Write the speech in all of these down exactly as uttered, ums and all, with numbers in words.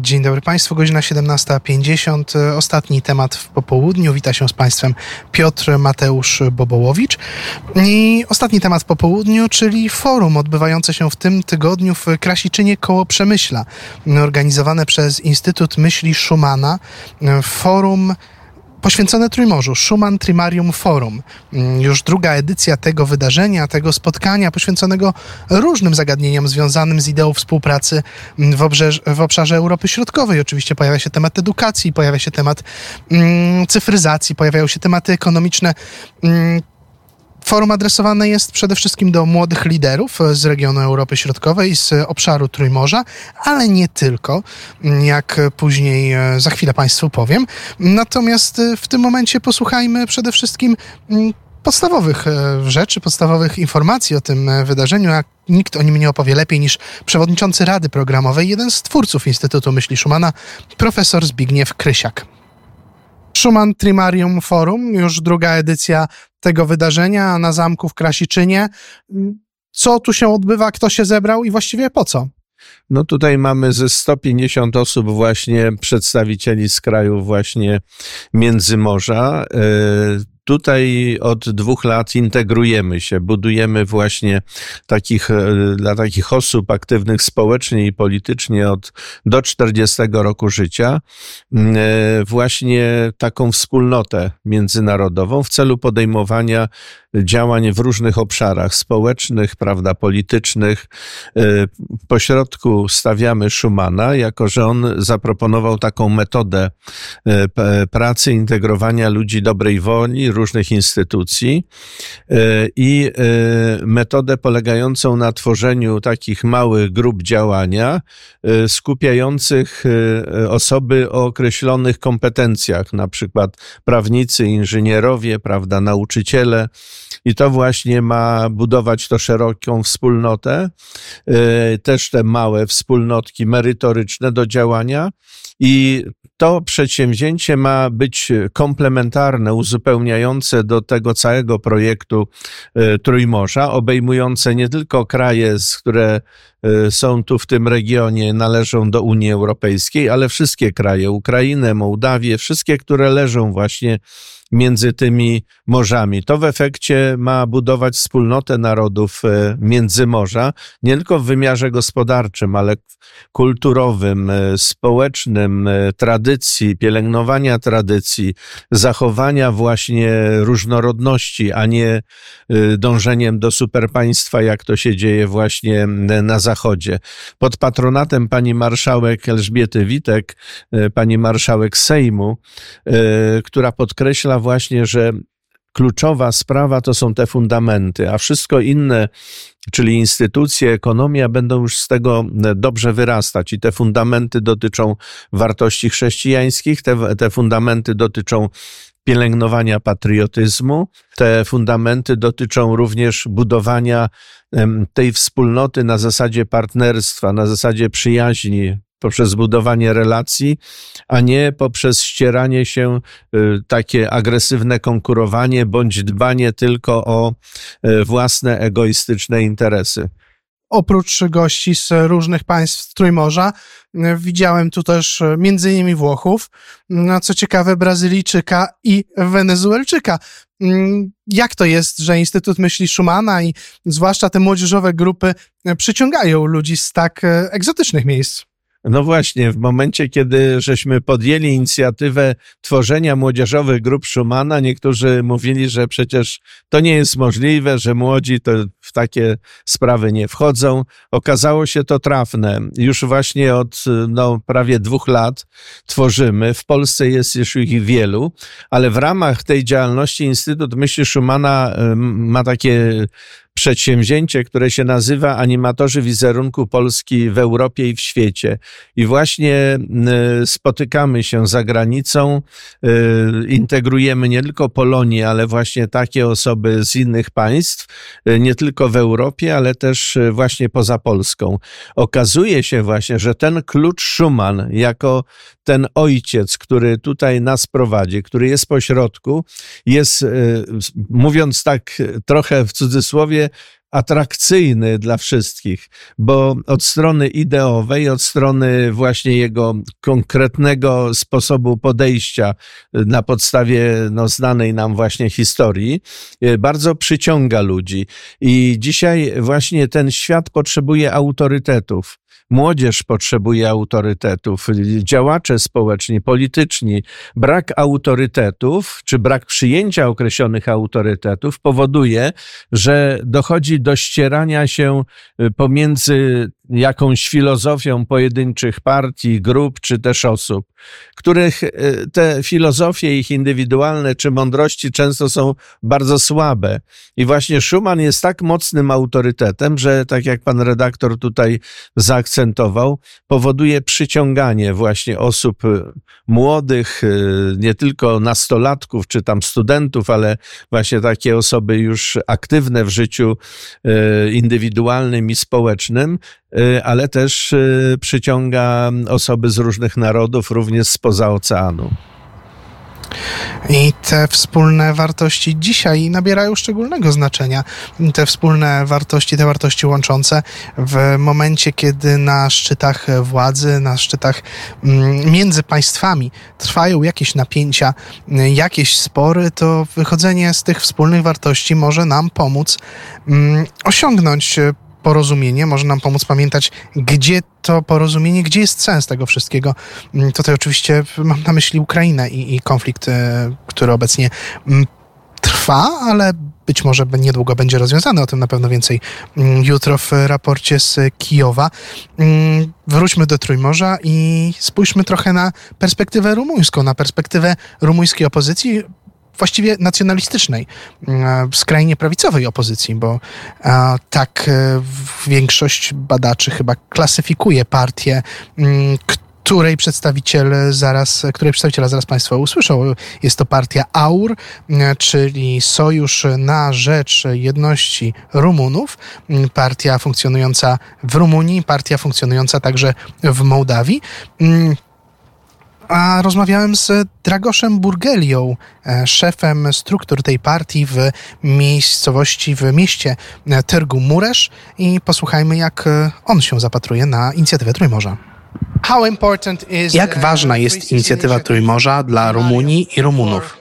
Dzień dobry Państwu, godzina siedemnasta pięćdziesiąt. Ostatni temat w popołudniu. Wita się z Państwem Piotr Mateusz Bobołowicz. I ostatni temat w popołudniu, czyli forum odbywające się w tym tygodniu w Krasiczynie koło Przemyśla, organizowane przez Instytut Myśli Schumana. Forum poświęcone Trójmorzu, Schuman Trimarium Forum. Już druga edycja tego wydarzenia, tego spotkania poświęconego różnym zagadnieniom związanym z ideą współpracy w, obrzeż, w obszarze Europy Środkowej. Oczywiście pojawia się temat edukacji, pojawia się temat mm, cyfryzacji, pojawiają się tematy ekonomiczne. Mm, Forum adresowane jest przede wszystkim do młodych liderów z regionu Europy Środkowej, z obszaru Trójmorza, ale nie tylko, jak później za chwilę Państwu powiem. Natomiast w tym momencie posłuchajmy przede wszystkim podstawowych rzeczy, podstawowych informacji o tym wydarzeniu, a nikt o nim nie opowie lepiej niż przewodniczący Rady Programowej, jeden z twórców Instytutu Myśli Schumana, profesor Zbigniew Krysiak. Schuman Trimarium Forum, już druga edycja tego wydarzenia na zamku w Krasiczynie. Co tu się odbywa, kto się zebrał i właściwie po co? No tutaj mamy ze sto pięćdziesiąt osób właśnie, przedstawicieli z krajów właśnie Międzymorza. Tutaj od dwóch lat integrujemy się, budujemy właśnie takich, dla takich osób aktywnych społecznie i politycznie od do czterdziestego roku życia właśnie taką wspólnotę międzynarodową w celu podejmowania działań w różnych obszarach społecznych, prawda, politycznych. Pośrodku stawiamy Schumana, jako że on zaproponował taką metodę pracy, integrowania ludzi dobrej woli, różnych instytucji i metodę polegającą na tworzeniu takich małych grup działania skupiających osoby o określonych kompetencjach, na przykład prawnicy, inżynierowie, prawda, nauczyciele. I to właśnie ma budować to szeroką wspólnotę, też te małe wspólnotki merytoryczne do działania. I to przedsięwzięcie ma być komplementarne, uzupełniające do tego całego projektu Trójmorza, obejmujące nie tylko kraje, które są tu w tym regionie, należą do Unii Europejskiej, ale wszystkie kraje, Ukrainę, Mołdawię, wszystkie, które leżą właśnie między tymi morzami. To w efekcie ma budować wspólnotę narodów Międzymorza, nie tylko w wymiarze gospodarczym, ale kulturowym, społecznym, tradycji, pielęgnowania tradycji, zachowania właśnie różnorodności, a nie dążeniem do superpaństwa, jak to się dzieje właśnie na Zachodzie. Pod patronatem pani marszałek Elżbiety Witek, pani marszałek Sejmu, która podkreśla właśnie, że kluczowa sprawa to są te fundamenty, a wszystko inne, czyli instytucje, ekonomia, będą już z tego dobrze wyrastać. I te fundamenty dotyczą wartości chrześcijańskich, te, te fundamenty dotyczą pielęgnowania patriotyzmu, te fundamenty dotyczą również budowania tej wspólnoty na zasadzie partnerstwa, na zasadzie przyjaźni, poprzez budowanie relacji, a nie poprzez ścieranie się, takie agresywne konkurowanie bądź dbanie tylko o własne egoistyczne interesy. Oprócz gości z różnych państw Trójmorza widziałem tu też między innymi Włochów, no co ciekawe Brazylijczyka i Wenezuelczyka. Jak to jest, że Instytut Myśli Schumana i zwłaszcza te młodzieżowe grupy przyciągają ludzi z tak egzotycznych miejsc? No właśnie, w momencie, kiedy żeśmy podjęli inicjatywę tworzenia młodzieżowych grup Schumana, niektórzy mówili, że przecież to nie jest możliwe, że młodzi to w takie sprawy nie wchodzą. Okazało się to trafne. Już właśnie od no, prawie dwóch lat tworzymy. W Polsce jest już ich wielu, ale w ramach tej działalności Instytut Myśli Schumana ma takie przedsięwzięcie, które się nazywa Animatorzy Wizerunku Polski w Europie i w świecie. I właśnie spotykamy się za granicą, integrujemy nie tylko Polonię, ale właśnie takie osoby z innych państw, nie tylko w Europie, ale też właśnie poza Polską. Okazuje się właśnie, że ten klucz Schuman, jako ten ojciec, który tutaj nas prowadzi, który jest pośrodku, jest, mówiąc tak trochę w cudzysłowie, będzie atrakcyjny dla wszystkich, bo od strony ideowej, od strony właśnie jego konkretnego sposobu podejścia na podstawie no, znanej nam właśnie historii, bardzo przyciąga ludzi. I dzisiaj właśnie ten świat potrzebuje autorytetów. Młodzież potrzebuje autorytetów, działacze społeczni, polityczni. Brak autorytetów, czy brak przyjęcia określonych autorytetów powoduje, że dochodzi do ścierania się pomiędzy jakąś filozofią pojedynczych partii, grup, czy też osób, których te filozofie, ich indywidualne czy mądrości często są bardzo słabe. I właśnie Schuman jest tak mocnym autorytetem, że tak jak pan redaktor tutaj zaakcentował, powoduje przyciąganie właśnie osób młodych, nie tylko nastolatków, czy tam studentów, ale właśnie takie osoby już aktywne w życiu indywidualnym i społecznym, ale też przyciąga osoby z różnych narodów, również spoza oceanu. I te wspólne wartości dzisiaj nabierają szczególnego znaczenia. Te wspólne wartości, te wartości łączące w momencie, kiedy na szczytach władzy, na szczytach między państwami trwają jakieś napięcia, jakieś spory, to wychodzenie z tych wspólnych wartości może nam pomóc osiągnąć porozumienie, może nam pomóc pamiętać, gdzie to porozumienie, gdzie jest sens tego wszystkiego. Tutaj oczywiście mam na myśli Ukrainę i, i konflikt, który obecnie trwa, ale być może niedługo będzie rozwiązany. O tym na pewno więcej jutro w raporcie z Kijowa. Wróćmy do Trójmorza i spójrzmy trochę na perspektywę rumuńską, na perspektywę rumuńskiej opozycji, właściwie nacjonalistycznej, skrajnie prawicowej opozycji, bo tak większość badaczy chyba klasyfikuje partię, której przedstawiciel zaraz, której przedstawiciela zaraz Państwo usłyszą. Jest to partia A U R, czyli Sojusz na Rzecz Jedności Rumunów, partia funkcjonująca w Rumunii, partia funkcjonująca także w Mołdawii. A rozmawiałem z Dragoszem Burgelią, szefem struktur tej partii w miejscowości, w mieście Târgu Mureș, i posłuchajmy, jak on się zapatruje na inicjatywę Trójmorza. Jak ważna jest inicjatywa Trójmorza dla Rumunii i Rumunów?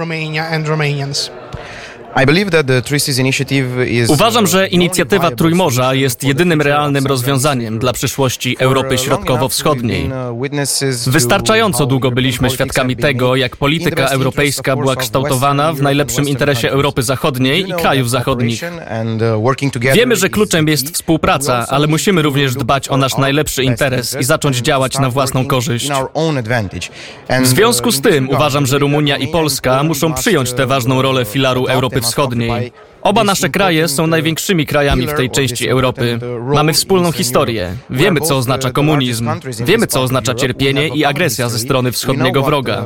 Uważam, że inicjatywa Trójmorza jest jedynym realnym rozwiązaniem dla przyszłości Europy Środkowo-Wschodniej. Wystarczająco długo byliśmy świadkami tego, jak polityka europejska była kształtowana w najlepszym interesie Europy Zachodniej i krajów zachodnich. Wiemy, że kluczem jest współpraca, ale musimy również dbać o nasz najlepszy interes i zacząć działać na własną korzyść. W związku z tym uważam, że Rumunia i Polska muszą przyjąć tę ważną rolę filaru Europy Wschodniej. Oba nasze kraje są największymi krajami w tej części Europy. Mamy wspólną historię. Wiemy, co oznacza komunizm. Wiemy, co oznacza cierpienie i agresja ze strony wschodniego wroga.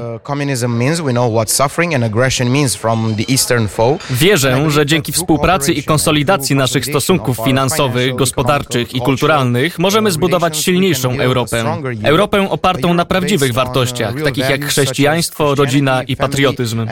Wierzę, że dzięki współpracy i konsolidacji naszych stosunków finansowych, gospodarczych i kulturalnych możemy zbudować silniejszą Europę. Europę opartą na prawdziwych wartościach, takich jak chrześcijaństwo, rodzina i patriotyzm.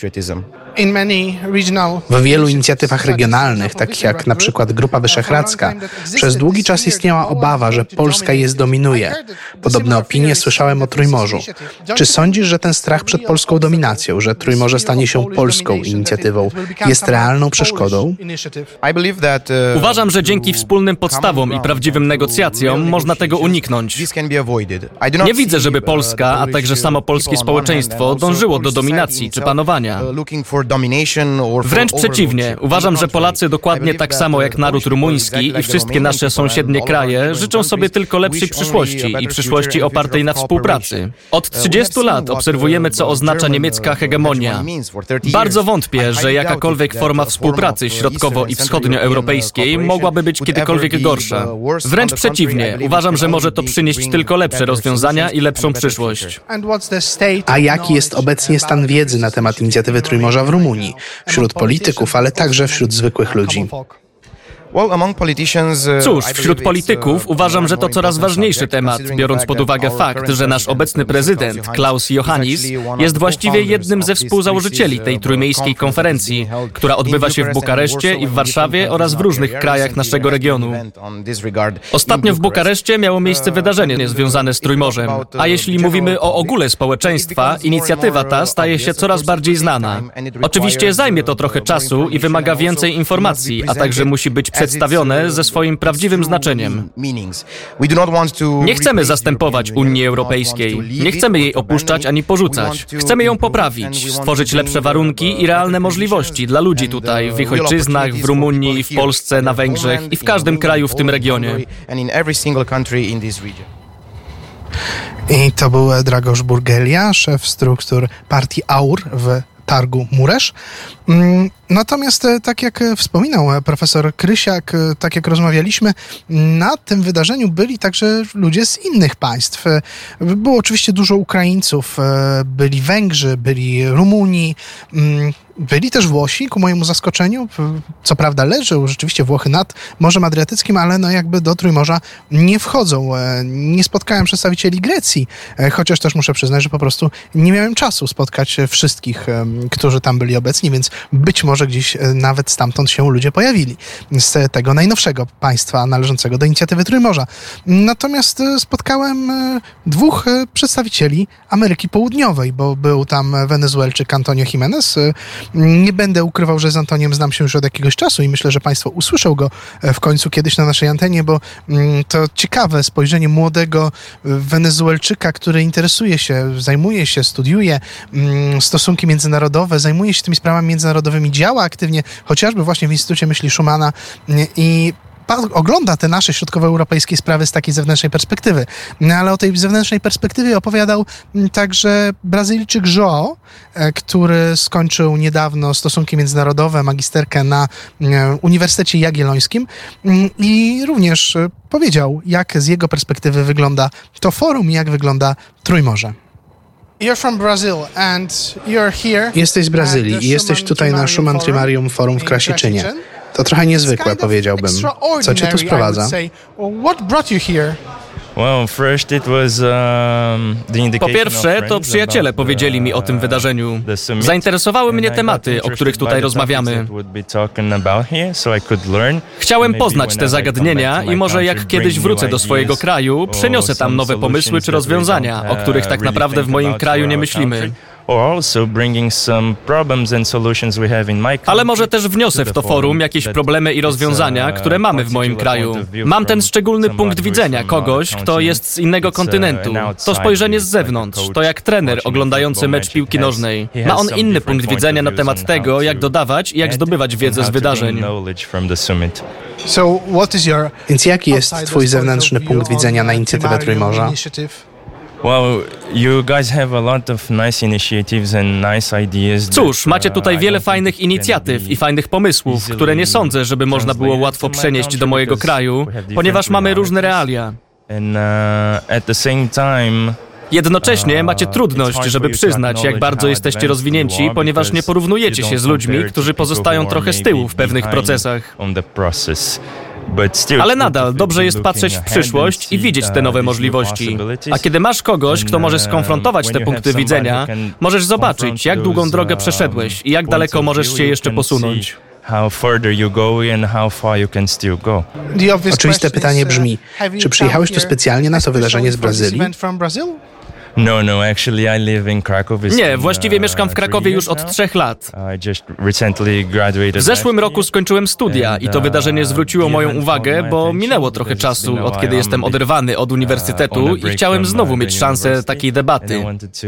W wielu inicjatywach regionalnych, takich jak na przykład Grupa Wyszehradzka, przez długi czas istniała obawa, że Polska je zdominuje. Podobne opinie słyszałem o Trójmorzu. Czy sądzisz, że ten strach przed polską dominacją, że Trójmorze stanie się polską inicjatywą, jest realną przeszkodą? Uważam, że dzięki wspólnym podstawom i prawdziwym negocjacjom można tego uniknąć. Nie widzę, żeby Polska, a także samo polskie społeczeństwo dążyło do dominacji czy panowania. Wręcz przeciwnie. Uważam, że Polacy dokładnie tak samo jak naród rumuński i wszystkie nasze sąsiednie kraje życzą sobie tylko lepszej przyszłości i przyszłości opartej na współpracy. Od trzydziestu lat obserwujemy, co oznacza niemiecka hegemonia. Bardzo wątpię, że jakakolwiek forma współpracy środkowo- i wschodnioeuropejskiej mogłaby być kiedykolwiek gorsza. Wręcz przeciwnie. Uważam, że może to przynieść tylko lepsze rozwiązania i lepszą przyszłość. A jaki jest obecnie stan wiedzy na temat inicjatywy Trójmorza w Rumunii? Wśród polityków, ale także wśród zwykłych ludzi. Cóż, wśród polityków uważam, że to coraz ważniejszy temat, biorąc pod uwagę fakt, że nasz obecny prezydent, Klaus Johannis, jest właściwie jednym ze współzałożycieli tej trójmiejskiej konferencji, która odbywa się w Bukareszcie i w Warszawie oraz w różnych krajach naszego regionu. Ostatnio w Bukareszcie miało miejsce wydarzenie związane z Trójmorzem, a jeśli mówimy o ogóle społeczeństwa, inicjatywa ta staje się coraz bardziej znana. Oczywiście zajmie to trochę czasu i wymaga więcej informacji, a także musi być przedstawione ze swoim prawdziwym znaczeniem. Nie chcemy zastępować Unii Europejskiej, nie chcemy jej opuszczać ani porzucać. Chcemy ją poprawić, stworzyć lepsze warunki i realne możliwości dla ludzi tutaj, w ich ojczyznach, w Rumunii, w Polsce, na Węgrzech i w każdym kraju w tym regionie. I to był Dragoș Burgelia, szef struktur partii AUR w Targu Muresz. Natomiast, tak jak wspominał profesor Krysiak, tak jak rozmawialiśmy, na tym wydarzeniu byli także ludzie z innych państw. Było oczywiście dużo Ukraińców, byli Węgrzy, byli Rumuni, byli też Włosi, ku mojemu zaskoczeniu. Co prawda leżą rzeczywiście Włochy nad Morzem Adriatyckim, ale no jakby do Trójmorza nie wchodzą. Nie spotkałem przedstawicieli Grecji, chociaż też muszę przyznać, że po prostu nie miałem czasu spotkać wszystkich, którzy tam byli obecni, więc być może gdzieś nawet stamtąd się ludzie pojawili, z tego najnowszego państwa należącego do inicjatywy Trójmorza. Natomiast spotkałem dwóch przedstawicieli Ameryki Południowej, bo był tam Wenezuelczyk Antonio Jimenez. Nie będę ukrywał, że z Antoniem znam się już od jakiegoś czasu i myślę, że Państwo usłyszą go w końcu kiedyś na naszej antenie, bo to ciekawe spojrzenie młodego Wenezuelczyka, który interesuje się, zajmuje się, studiuje stosunki międzynarodowe, zajmuje się tymi sprawami międzynarodowymi, działa aktywnie, chociażby właśnie w Instytucie Myśli Schumana i ogląda te nasze środkowoeuropejskie sprawy z takiej zewnętrznej perspektywy. No, ale o tej zewnętrznej perspektywie opowiadał także Brazylijczyk João, który skończył niedawno stosunki międzynarodowe, magisterkę na Uniwersytecie Jagiellońskim i również powiedział, jak z jego perspektywy wygląda to forum i jak wygląda Trójmorze. Jesteś z Brazylii i jesteś tutaj na Schumann Trimarium Forum w Krasiczynie. To trochę niezwykłe, powiedziałbym. Co cię tu sprowadza? Po pierwsze, to przyjaciele powiedzieli mi o tym wydarzeniu. Zainteresowały mnie tematy, o których tutaj rozmawiamy. Chciałem poznać te zagadnienia i może jak kiedyś wrócę do swojego kraju, przyniosę tam nowe pomysły czy rozwiązania, o których tak naprawdę w moim kraju nie myślimy. Ale może też wniosę w to forum jakieś problemy i rozwiązania, które mamy w moim kraju. Mam ten szczególny punkt widzenia kogoś, kto jest z innego kontynentu. To spojrzenie z zewnątrz, to jak trener oglądający mecz piłki nożnej. Ma on inny punkt widzenia na temat tego, jak dodawać i jak zdobywać wiedzę z wydarzeń. Więc jaki jest twój zewnętrzny punkt widzenia na inicjatywę Trójmorza? Cóż, macie tutaj wiele fajnych inicjatyw i fajnych pomysłów, które nie sądzę, żeby można było łatwo przenieść do mojego kraju, ponieważ mamy różne realia. Jednocześnie macie trudność, żeby przyznać, jak bardzo jesteście rozwinięci, ponieważ nie porównujecie się z ludźmi, którzy pozostają trochę z tyłu w pewnych procesach. Ale nadal dobrze jest patrzeć w przyszłość i widzieć te nowe możliwości. A kiedy masz kogoś, kto może skonfrontować te punkty widzenia, możesz zobaczyć, jak długą drogę przeszedłeś i jak daleko możesz się jeszcze posunąć. Oczywiste pytanie brzmi, czy przyjechałeś tu specjalnie na to wydarzenie z Brazylii? Nie, właściwie mieszkam w Krakowie już od trzech lat. W zeszłym roku skończyłem studia i to wydarzenie zwróciło moją uwagę, bo minęło trochę czasu, od kiedy jestem oderwany od uniwersytetu i chciałem znowu mieć szansę takiej debaty.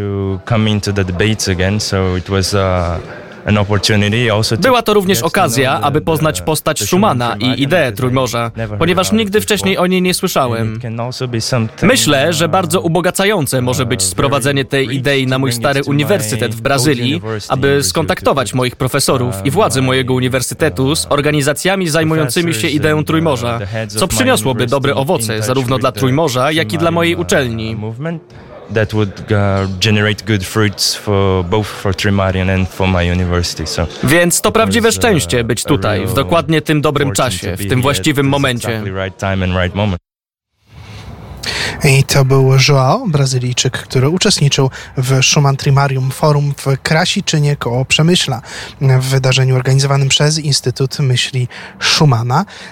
Była to również okazja, aby poznać postać Schumana i ideę Trójmorza, ponieważ nigdy wcześniej o niej nie słyszałem. Myślę, że bardzo ubogacające może być sprowadzenie tej idei na mój stary uniwersytet w Brazylii, aby skontaktować moich profesorów i władze mojego uniwersytetu z organizacjami zajmującymi się ideą Trójmorza, co przyniosłoby dobre owoce zarówno dla Trójmorza, jak i dla mojej uczelni. that would uh, generate good fruits for both for Trimarion and for my university. So Więc to prawdziwe szczęście być tutaj, w dokładnie tym dobrym czasie, w tym właściwym momencie. I to był João, Brazylijczyk, który uczestniczył w Schumann Trimarium Forum w Krasiczynie koło Przemyśla, w wydarzeniu organizowanym przez Instytut Myśli Schumana.